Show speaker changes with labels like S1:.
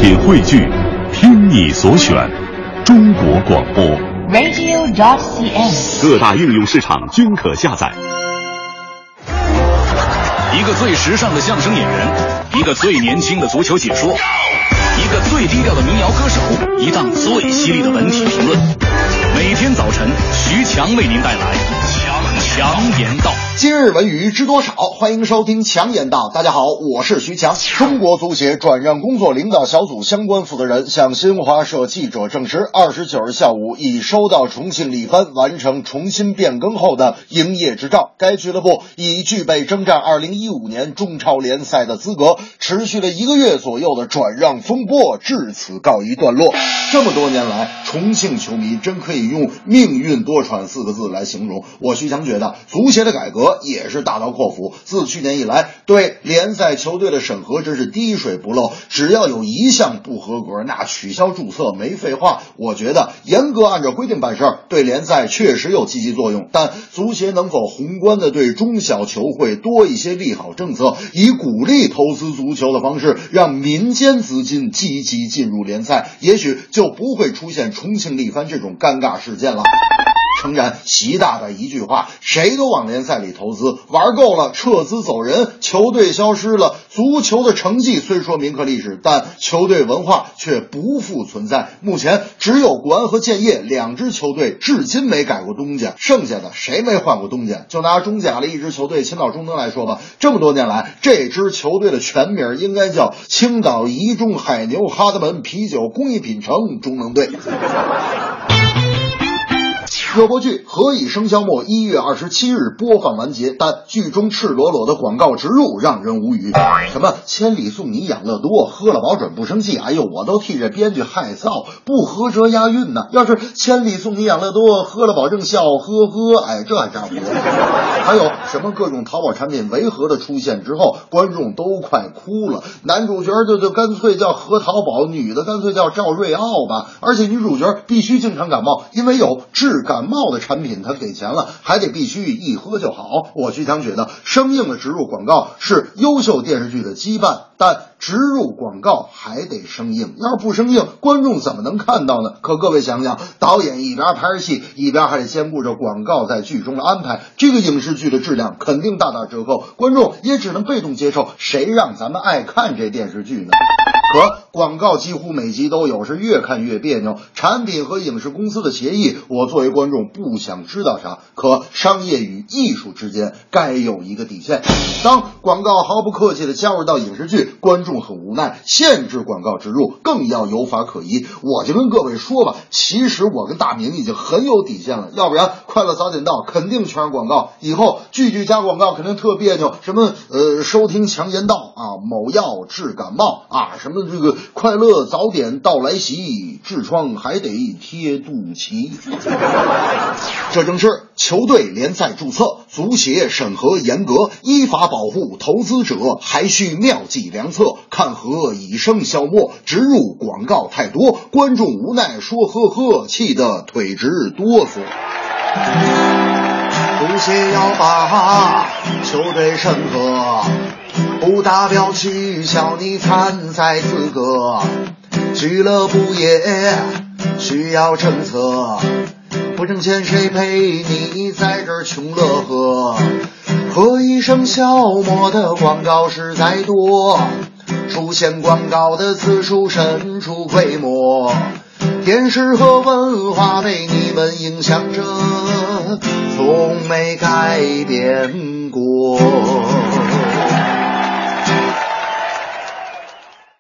S1: 品汇聚，听你所选，中国广播
S2: radio.cn，
S1: 各大应用市场均可下载。
S3: 一个最时尚的相声演员，一个最年轻的足球解说，一个最低调的民谣歌手，一档最犀利的文体评论。每天早晨，徐强为您带来强言道。
S4: 今日文娱知多少？欢迎收听强言道。大家好，我是徐强。中国足协转让工作领导小组相关负责人向新华社记者证实，29日下午已收到重庆力帆完成重新变更后的营业执照。该俱乐部已具备征战2015年中超联赛的资格。持续了1个月左右的转让风波至此告一段落。这么多年来，重庆球迷真可以用命运多舛4个字来形容。我徐强觉得足协的改革也是大刀阔斧，自去年以来对联赛球队的审核真是滴水不漏，只要有一项不合格，那取消注册没废话。我觉得严格按照规定办事对联赛确实有积极作用，但足协能否宏观的对中小球会多一些利好政策，以鼓励投资足球的方式让民间资金积极进入联赛，也许就不会出现重庆力帆这种尴尬事件了。诚然，习大大一句话，谁都往联赛里投资，玩够了撤资走人，球队消失了。足球的成绩虽说铭刻历史，但球队文化却不复存在。目前只有国安和建业2支球队至今没改过东家，剩下的谁没换过东家？就拿中甲的一支球队青岛中能来说吧，这么多年来，这支球队的全名应该叫青岛一中海牛哈德门啤酒工艺品城中能队。热播剧《何以笙箫默》1月27日播放完结，但剧中赤裸裸的广告植入让人无语。什么千里送你养乐多，喝了保准不生气，哎呦，我都替这编剧害臊，不合辙押韵呢。要是千里送你养乐多，喝了保证笑呵呵，哎，这还差不多。还有什么各种淘宝产品违和的出现之后，观众都快哭了。男主角就干脆叫何淘宝，女的干脆叫赵瑞奥吧。而且女主角必须经常感冒，因为有治感冒的产品他给钱了，还得必须一喝就好。我徐强觉得生硬的植入广告是优秀电视剧的羁绊，但植入广告还得生硬，要是不生硬，观众怎么能看到呢？可各位想想，导演一边拍着戏，一边还得兼顾着广告在剧中的安排，这个影视剧的质量肯定大打折扣，观众也只能被动接受，谁让咱们爱看这电视剧呢？可广告几乎每集都有，是越看越别扭。产品和影视公司的协议，我作为观众不想知道啥。可商业与艺术之间该有一个底线。当广告毫不客气地加入到影视剧，观众很无奈，限制广告植入更要有法可依。我就跟各位说吧，其实我跟大明已经很有底线了，要不然快乐早点到肯定全是广告，以后句加广告肯定特别扭。什么收听强言道啊，某药治感冒啊，什么这个快乐早点到来袭，痔疮还得贴肚脐。这正是球队联赛注册，足协审核严格，依法保护投资者，还需妙计良策。看何以笙箫默，植入广告太多，观众无奈说呵呵，气得腿直哆嗦。足协要把球队审核，不达标取消你参赛资格，俱乐部也需要政策，不挣钱谁陪你在这儿穷乐呵？何以笙箫默的广告实在多，出现广告的次数神出规模，电视和文化被你们影响着，从没改变过。